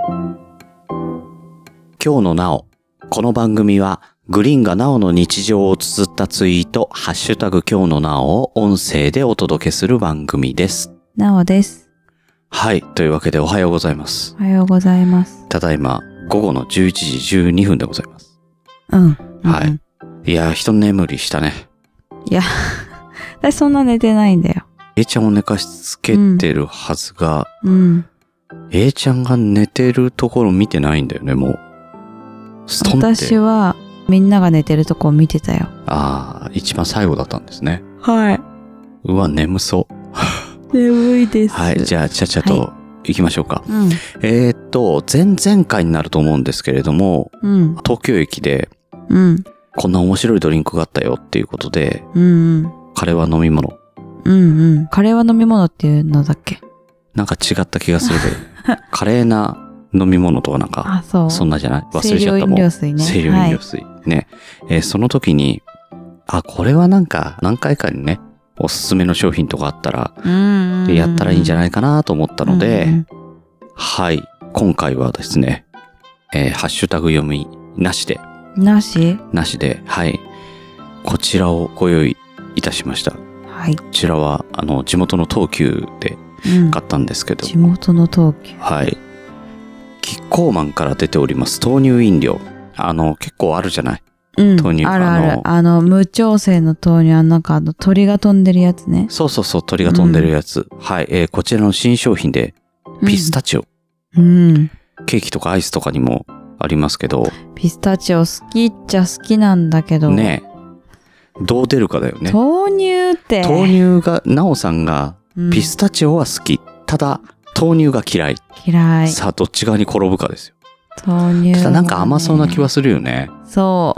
今日のなお。この番組はグリーンがなおの日常を綴ったツイート、ハッシュタグ今日のなおを音声でお届けする番組です。 なおです。 はい。というわけでおはようございます。 おはようございます。 ただいま午後の11時12分でございます。 うん。 はい。いや、一眠りしたね。 いや、私そんな寝てないんだよ。 A ちゃんを寝かしつけてるはずが、A ちゃんが寝てるところ見てないんだよね、もう。ストンって。 私はみんなが寝てるとこを見てたよ。 ああ、一番最後だったんですね。 はい。 うわ、眠そう。 眠いです。 はい、じゃあ、ちゃちゃと行きましょうか。 うん、 前々回になると思うんですけれども、東京駅で、こんな面白いドリンクがあったよっていうことで、カレーは飲み物。 カレーは飲み物っていうのだっけ？ なんか違った気がするけど、カレーな飲み物とかなんか、そんなじゃない？忘れちゃったもん。 清涼飲料水ね。 清涼飲料水。ね。その時に、これはなんか何回かにね、おすすめの商品とかあったら、やったらいいんじゃないかなと思ったので、はい。今回はですね、ハッシュタグ読みなしで。なしで、はい。こちらをご用意いたしました。はい。こちらは、地元の東急で買ったんですけど。 地元の東急。 はい。キッコーマンから出ております豆乳飲料。結構あるじゃない？豆乳。 ある。無調整の豆乳、なんか鳥が飛んでるやつね。 そう、鳥が飛んでるやつ。はい。こちらの新商品で、ピスタチオ。ケーキとかアイスとかにもありますけど。 ピスタチオ好きっちゃ好きなんだけど。 ねえ。どう出るかだよね。 豆乳って。 豆乳が、なおさんが、ピスタチオは好き。ただ、豆乳が嫌い。さあ、どっち側に転ぶかですよ。 豆乳、ね。 ただなんか甘そうな気はするよね。 そう。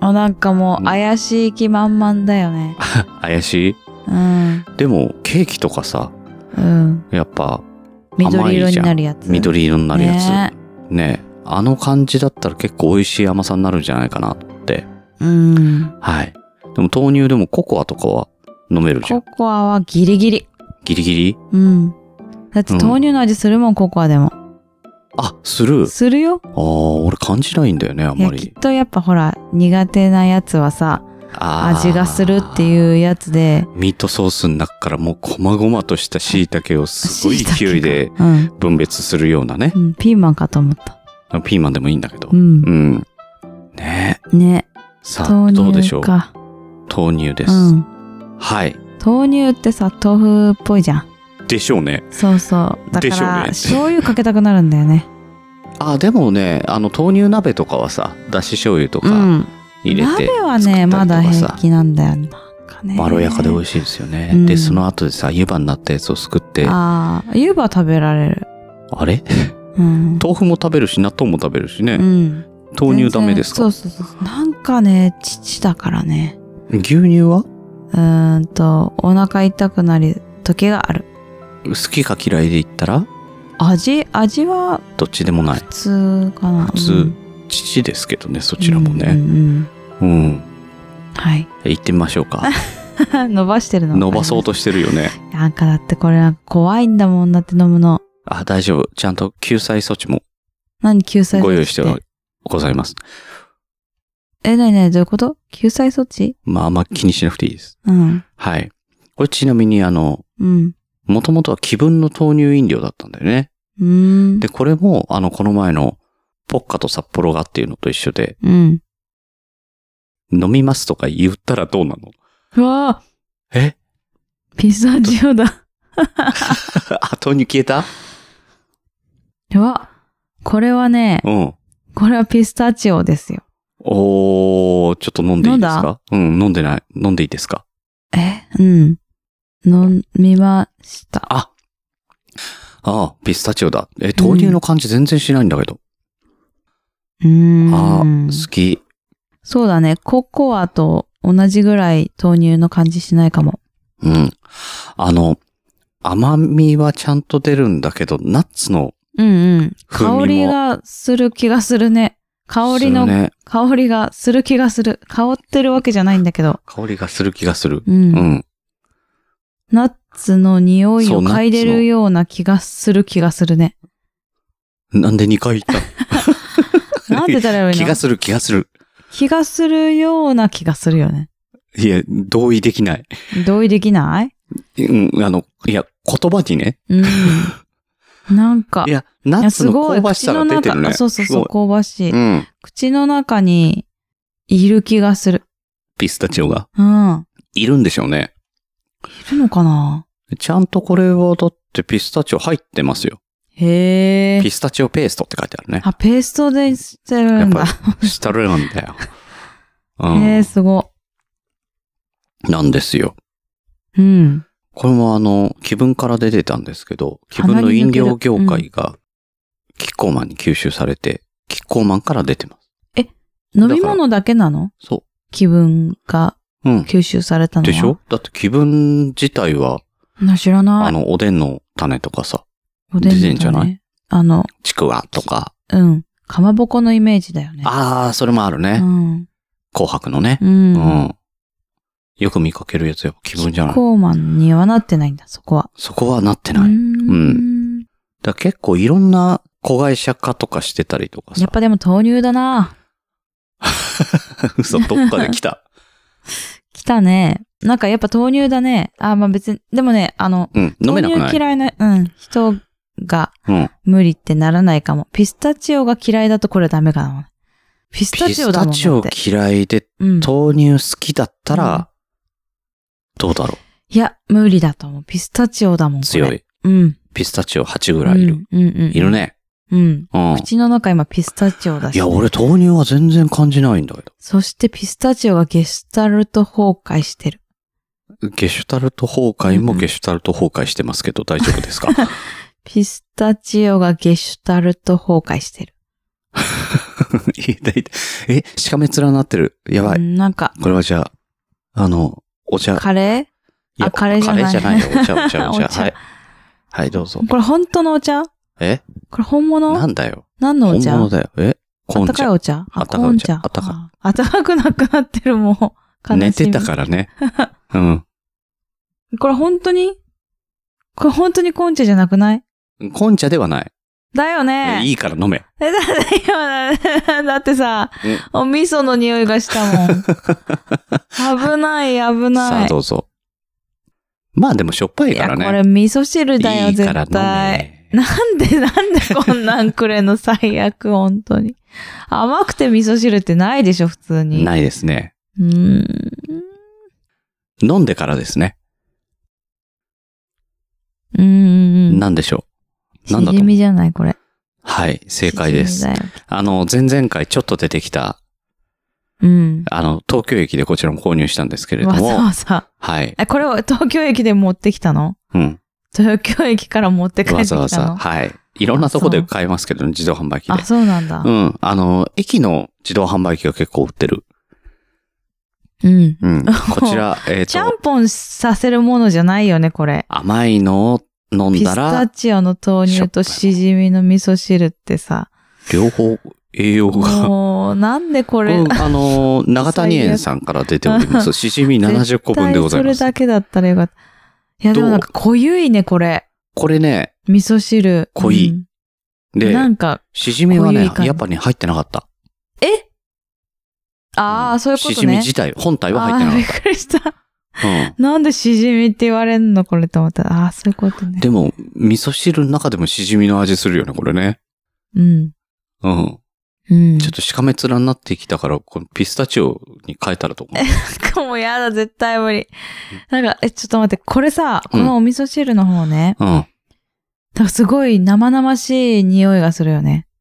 なんかもう怪しい気満々だよね。 怪しい？でも、ケーキとかさ、やっぱ、 緑色になるやつ。 緑色になるやつ。ね。あの感じだったら結構美味しい甘さになるんじゃないかなって。はい。でも豆乳でもココアとかは飲めるじゃん。 ココアはギリギリ。 ギリギリ？ だって豆乳の味するもん、ココアでも。 する？ するよ。 俺感じないんだよね、あんまり。 きっとやっぱほら、苦手なやつはさ、味がするっていうやつで。 ミートソースの中からもう細々とした椎茸をすごい勢いで分別するようなね。 ピーマンかと思った。 ピーマンでもいいんだけど。ね。さあ、どうでしょう。豆乳です。はい。 豆乳ってさ、豆腐っぽいじゃん。 でしょうね。 そうそう。だから、醤油かけたくなるんだよね。 でもね、豆乳鍋とかはさ、だし醤油とか入れて。 鍋はね、まだ平気なんだよね。 まろやかで美味しいですよね。で、その後でさ、湯葉になったやつをすくって。 湯葉食べられる。 あれ？豆腐も食べるし、納豆も食べるしね。豆乳ダメですか？ そう。なんかね、父だからね。 牛乳は？ お腹痛くなる時がある。 好きか嫌いで言ったら？ 味はどっちでもない。 普通かな。 普通。父ですけどね、そちらもね。はい。行ってみましょうか。 伸ばしてるの？ 伸ばそうとしてるよね。 なんかだってこれは怖いんだもんだって飲むの。 大丈夫。ちゃんと救済措置も。 何救済措置？ ご用意してございます。 どういうこと？救済措置？ あんま気にしなくていいです。はい。これちなみにもともとは気分の豆乳飲料だったんだよね。で、これも、この前の、ポッカと札幌がっていうのと一緒で、飲みますとか言ったらどうなの？ うわぁ！ピスタチオだ。 豆乳消えた？ うわ、これはね、これはピスタチオですよ。 ちょっと飲んでいいですか？飲んでない。飲んでいいですか？ 飲みました。 ピスタチオだ。豆乳の感じ全然しないんだけど。好き。 そうだね。ココアと同じぐらい豆乳の感じしないかも。 甘みはちゃんと出るんだけど、ナッツの香りがする気がするね。香りがする気がする。香ってるわけじゃないんだけど。 香りがする気がする。 ナッツの匂いを嗅いでるような気がするね。 なんで2回言ったなんて言ったらいいの？ 気がする。 気がするような気がするよね。 いや、同意できない。 同意できない？ いや、言葉にね。 うん。なんか。 いや、ナッツの香ばしさが出てるね。 そう、香ばしい。 うん。 口の中にいる気がする。 ピスタチオが。 うん。 いるんでしょうね。 いるのかな？ ちゃんとこれはだってピスタチオ入ってますよ。 へー。 ピスタチオペーストって書いてあるね。 あ、ペーストでしてるんだ。 やっぱしてるんだよ。 へー、すご。 なんですよ。 うん。 これも気分から出てたんですけど、気分の飲料業界がキッコーマンに吸収されて、キッコーマンから出てます。 飲み物だけなの？ そう。 気分が吸収されたのは。 でしょ？だって気分自体は、 知らない。 おでんの種とかさ、 おでんの種出てんじゃない？ ちくわとか。 うん。かまぼこのイメージだよね。 ああ、それもあるね。 うん。 紅白のね。 うん。 よく見かけるやつや気分じゃない？ キッコーマンにはなってないんだ、そこは。 そこはなってない。うん。だから結構いろんな子会社化とかしてたりとかさ。 やっぱでも豆乳だな。 嘘、どっかで来た。 来たね。なんかやっぱ豆乳だね。まあ別に、でもね、 飲めなくない？ 豆乳嫌いな、人が無理ってならないかも。ピスタチオが嫌いだとこれダメかな。ピスタチオだもんね。 ピスタチオ嫌いで、豆乳好きだったら、どうだろう。 いや、無理だと思う。ピスタチオだもん。 強い。 うん。 ピスタチオ8ぐらいいる。いるね。 うん。口の中今ピスタチオだし、ね。 いや、俺豆乳は全然感じないんだけど。 そしてピスタチオがゲシュタルト崩壊してる。 ゲシュタルト崩壊もゲシュタルト崩壊してますけど、大丈夫ですか？ ピスタチオがゲシュタルト崩壊してる。 しかめ面なってる。やばい。 なんか。 これはじゃあ、お茶。 カレー？カレーじゃない。 カレーじゃないよ。お茶。はい。はい、どうぞ。 これ本当のお茶？これ本物？ なんだよ。 何のお茶？ 本物だよ。 あったかいお茶？ あったかいお茶。あったかい。 あったかくなくなってるもう。 寝てたからね。うん。 これ本当にコンチャじゃなくない？ コンチャではない。 だよね。 いいから飲め。 だってさ、お味噌の匂いがしたもん。危ない。 さあどうぞ。まあでもしょっぱいからね。 いや、これ味噌汁だよ、絶対。 いいから飲め。 なんでこんなんくれんの最悪、本当に。甘くて味噌汁ってないでしょ、普通に。 ないですね。飲んでからですね。なんでしょう。 なんだと思う？しじみじゃない、これ。 はい、正解です。前々回ちょっと出てきた、東京駅でこちらも購入したんですけれども。 わざわざ。 はい。 これを東京駅で持ってきたの？うん。東京駅から持って帰ってきたの？ わざわざ。はい。いろんなとこで買えますけど、自動販売機で。 あ、そうなんだ。 うん。駅の自動販売機が結構売ってる。 うん。 こちら、 ちゃんぽんさせるものじゃないよね、これ。 甘いのを飲んだら。 ピスタチオの豆乳としじみの味噌汁ってさ。 両方栄養が。 もう、なんでこれ。 長谷園さんから出ております。しじみ70個分でございます。 それだけだったらよかった。いや、でもなんか濃ゆいね、これ。 これね。 味噌汁。 濃い。で、 なんか、 しじみはね、やっぱね、入ってなかった。 ああ、そういうことね。 しじみ自体、本体は入ってなかった。 びっくりした。なんでしじみって言われんのこれと思ったら。ああ、そういうことね。 でも、味噌汁の中でもしじみの味するよね、これね。ちょっとしかめ面になってきたから、このピスタチオに変えたらと思う。 もうやだ、絶対無理。なんか、ちょっと待って、これさ、このお味噌汁の方ね。なんかすごい生々しい匂いがするよね。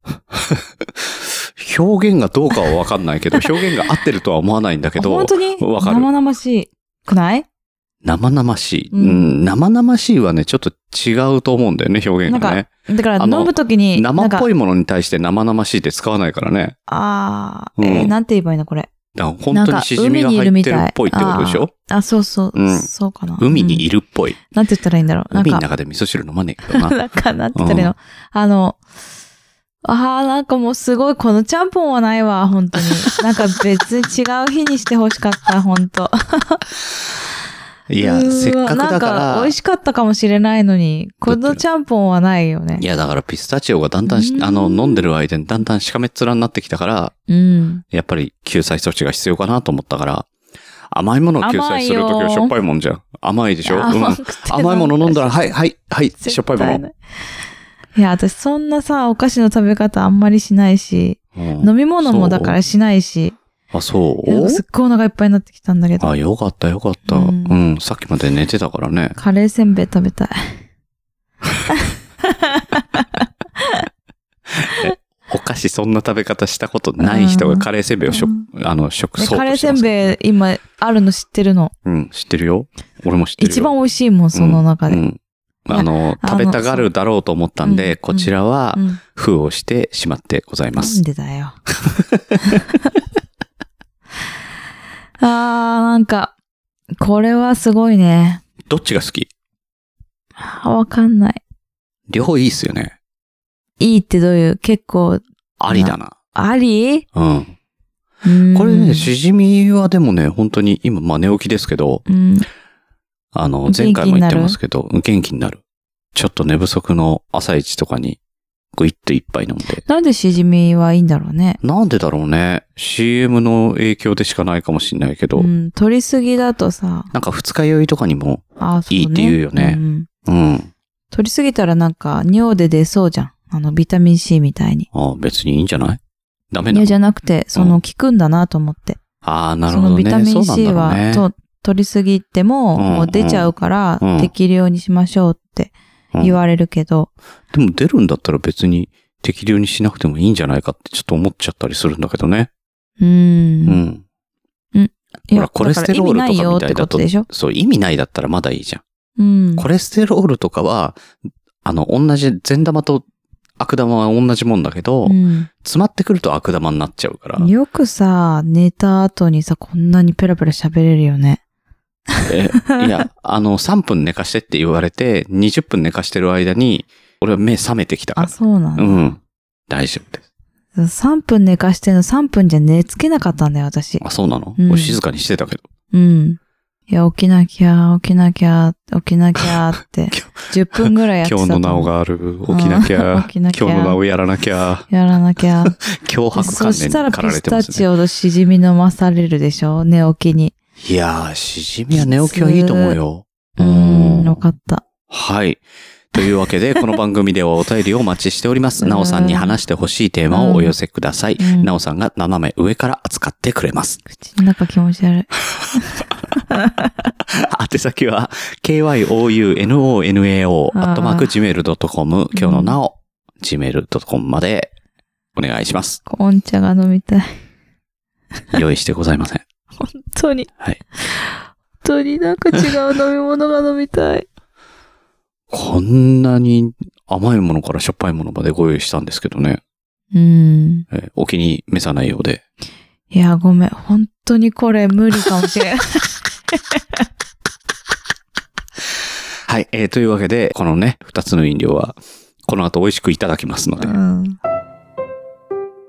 表現がどうかはわかんないけど、表現が合ってるとは思わないんだけど。 本当にわかる。 生々しくない？ 生々しい。生々しいはね、ちょっと違うと思うんだよね、表現がね。 だから飲むときに。 生っぽいものに対して生々しいって使わないからね。 なんて言えばいいのこれ。 本当にしじみが入ってるっぽいってことでしょ？ そうそう。そうかな。 海にいるっぽい。 なんて言ったらいいんだろう。 海の中で味噌汁飲まねえけどな。 なんて言ったらいいの？なんかもうすごい、このちゃんぽんはないわ、本当に。なんか別に違う日にしてほしかった、本当いや、せっかくだから。 なんか美味しかったかもしれないのに、このちゃんぽんはないよね。 いや、だからピスタチオがだんだん飲んでる間にだんだんしかめっ面になってきたから、やっぱり救済措置が必要かなと思ったから、甘いものを救済するときはしょっぱいもんじゃん。甘いでしょ？甘いもの飲んだら、はい、しょっぱいもの。 いや、私そんなさ、お菓子の食べ方あんまりしないし、飲み物もだからしないし。 あ、そうすっごいお腹いっぱいになってきたんだけど。 あ、よかった。さっきまで寝てたからね。 カレーせんべい食べたい。 お菓子そんな食べ方したことない人がカレーせんべいを食そうとしてます。 カレーせんべい今あるの知ってるの。 知ってるよ。俺も知ってるよ。 一番美味しいもん、その中で。 食べたがるだろうと思ったんで、こちらは封をしてしまってございます。 なんでだよ。なんか、これはすごいね。 どっちが好き？ わかんない。 両方いいっすよね。 いいってどういう、結構。 ありだな。 あり？ これね、しじみはでもね、本当に今、寝起きですけど、前回も言ってますけど、元気になる。ちょっと寝不足の朝一とかに、ぐいっと一杯飲んで。 なんでしじみはいいんだろうね。 なんでだろうね。CM の影響でしかないかもしれないけど。 取りすぎだとさ。 なんか二日酔いとかにもいいって言うよね。 取りすぎたらなんか尿で出そうじゃん。ビタミン C みたいに。 別にいいんじゃない？ダメなの？ いやじゃなくて、効くんだなと思って。 なるほどね。 そのビタミン C は取りすぎてもう出ちゃうから適量にしましょうって言われるけど。 でも出るんだったら別に適量にしなくてもいいんじゃないかってちょっと思っちゃったりするんだけどね。ほら、コレステロールとかみたいだと、そう、意味ないだったらまだいいじゃん。コレステロールとかは、同じ、善玉と悪玉は同じもんだけど、詰まってくると悪玉になっちゃうから。 よくさ、寝た後にさ、こんなにペラペラ喋れるよね。 いや、3分寝かしてって言われて、20分寝かしてる間に、俺は目覚めてきたから。 あ、そうなんだ。 大丈夫です。 3分寝かしての3分じゃ寝つけなかったんだよ、私。 あ、そうなの？俺静かにしてたけど。 いや、起きなきゃって、10分ぐらいやってた。 今日のなおがある。起きなきゃ。今日のなおやらなきゃ。脅迫観念に駆られてますね。 そしたらピスタチオとしじみ飲まされるでしょ？寝起きに。 いやー、しじみは寝起きはいいと思うよ。 よかった。 はい。というわけで、この番組ではお便りをお待ちしております。なおさんに話してほしいテーマをお寄せください。なおさんが斜め上から扱ってくれます。 口の中気持ち悪い。 宛先は、kyounonao@gmail.com、今日のなお、gmail.com までお願いします。 紅茶が飲みたい。 用意してございません。 本当に。 はい。 本当になんか違う飲み物が飲みたい。 こんなに甘いものからしょっぱいものまでご用意したんですけどね。お気に召さないようで。 いや、ごめん。本当にこれ無理かもしれん。 はい。というわけで、このね、2つの飲料は、この後美味しくいただきますので。